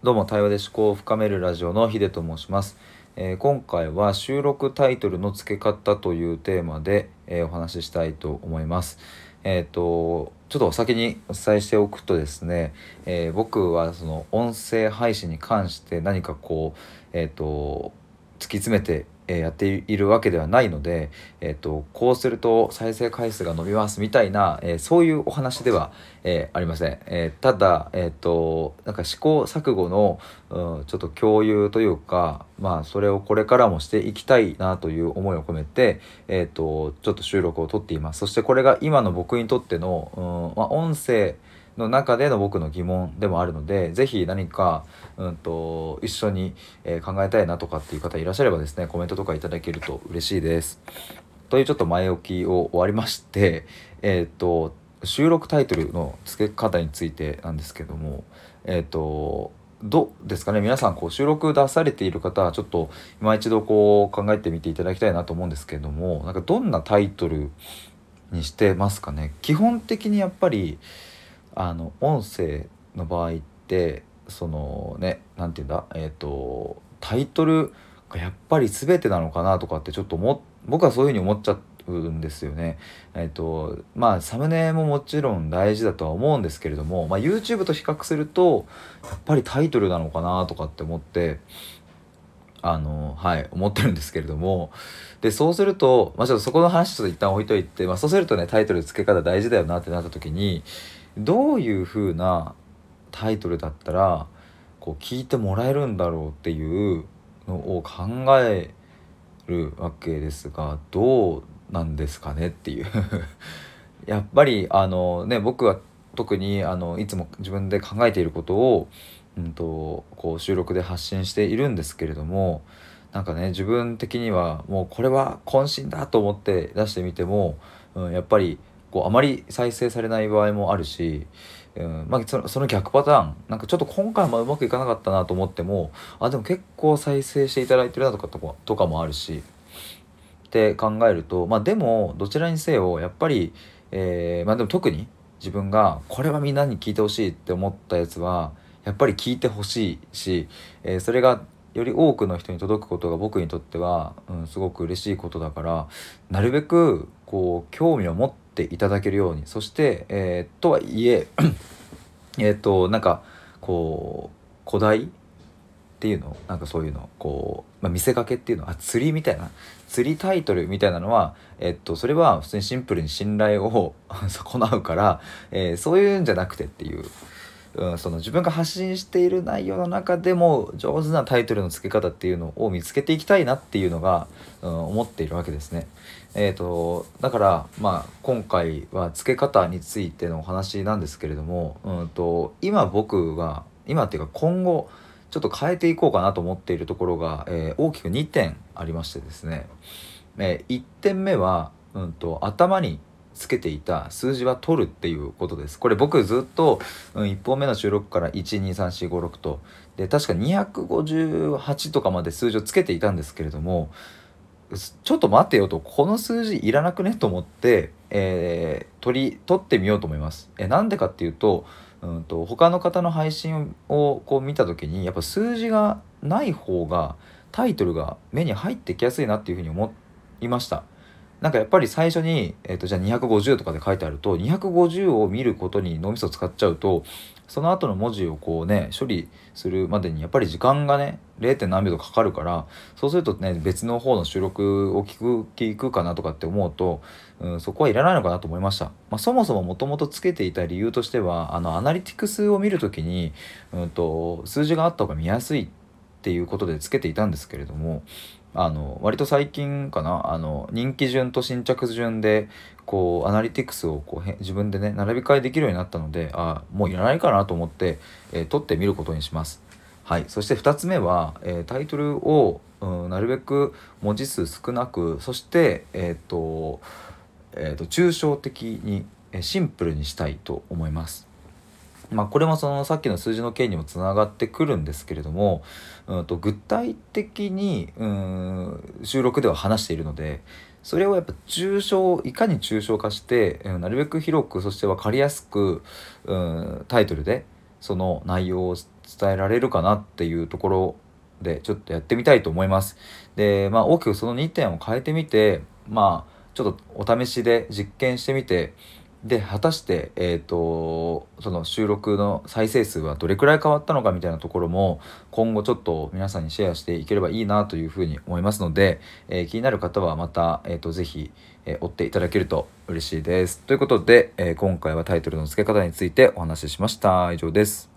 どうも、対話で思考を深めるラジオのヒデと申します。今回は収録タイトルの付け方というテーマで、お話ししたいと思います。ちょっとお先にお伝えしておくとですね、僕はその音声配信に関して何か突き詰めてやっているわけではないので、こうすると再生回数が伸びますみたいな、そういうお話では、ありません。ただ、なんか試行錯誤の、ちょっと共有というか、それをこれからもしていきたいなという思いを込めて、ちょっと収録を撮っています。そしてこれが今の僕にとっての、音声の中での僕の疑問でもあるので、ぜひ何か、一緒に、考えたいなとかっていう方いらっしゃればですね、コメントとかいただけると嬉しいです。というちょっと前置きを終わりまして、収録タイトルの付け方についてなんですけども、どうですかね、皆さん収録出されている方はちょっと今一度考えてみていただきたいなと思うんですけれども、なんかどんなタイトルにしてますかね。基本的にやっぱり音声の場合ってそのね、なんていうんだ、タイトルがやっぱり全てなのかなとかってちょっと僕はそういうふうに思っちゃうんですよね。サムネももちろん大事だとは思うんですけれども、YouTube と比較するとやっぱりタイトルなのかなとかって思って、思ってるんですけれども、でそうすると、ちょっとそこの話ちょっと一旦置いといて、そうするとね、タイトル付け方大事だよなってなった時に、どういう風なタイトルだったら聞いてもらえるんだろうっていうのを考えるわけですが、どうなんですかねっていうやっぱり僕は特にいつも自分で考えていることを、収録で発信しているんですけれども、なんかね、自分的にはもうこれは渾身だと思って出してみても、やっぱりあまり再生されない場合もあるし、その逆パターン、なんかちょっと今回もうまくいかなかったなと思っても、でも結構再生していただいてるなとかもあるしって考えると、でもどちらにせよやっぱり、でも特に自分がこれはみんなに聞いてほしいって思ったやつはやっぱり聞いてほしいし、それがより多くの人に届くことが僕にとっては、すごく嬉しいことだから、なるべく興味を持っていただけるように、そして、とはいえなんか古代っていうの、なんかそういうの見せかけっていうのは釣りみたいな、釣りタイトルみたいなのは、それは普通にシンプルに信頼を損なうから、そういうんじゃなくてっていう、その自分が発信している内容の中でも上手なタイトルの付け方っていうのを見つけていきたいなっていうのが、思っているわけですね。だから、今回は付け方についてのお話なんですけれども、今僕が今っていうか今後ちょっと変えていこうかなと思っているところが、大きく2点ありましてですね、1点目は、頭につけていた数字は取るっていうことです。これ僕ずっと、1本目の収録から12345とで確か258とかまで数字をつけていたんですけれども、ちょっと待てよと、この数字いらなくねと思って、取ってみようと思います。なんでかっていうと、他の方の配信を見た時にやっぱ数字がない方がタイトルが目に入ってきやすいなっていうふうに思いました。なんかやっぱり最初に、じゃあ250とかで書いてあると、250を見ることに脳みそ使っちゃうと、その後の文字を処理するまでにやっぱり時間がね 0. 何秒とかかるから、そうするとね、別の方の収録を聞くかなとかって思うと、そこはいらないのかなと思いました。そもそももともとつけていた理由としては、アナリティクスを見るときに、数字があった方が見やすいっていうことでつけていたんですけれども、割と最近かな、人気順と新着順でアナリティクスを自分でね並び替えできるようになったので、もういらないかなと思って、取ってみることにします。はい。そして2つ目は、タイトルを、なるべく文字数少なく、そして抽象的にシンプルにしたいと思います。これもそのさっきの数字の件にもつながってくるんですけれども、具体的に収録では話しているので、それをやっぱいかに抽象化して、なるべく広く、そして分かりやすく、タイトルでその内容を伝えられるかなっていうところでちょっとやってみたいと思います。で、大きくその2点を変えてみて、ちょっとお試しで実験してみて、で果たして、その収録の再生数はどれくらい変わったのかみたいなところも今後ちょっと皆さんにシェアしていければいいなというふうに思いますので、気になる方はまた、ぜひ、追っていただけると嬉しいです。ということで、今回はタイトルの付け方についてお話ししました。以上です。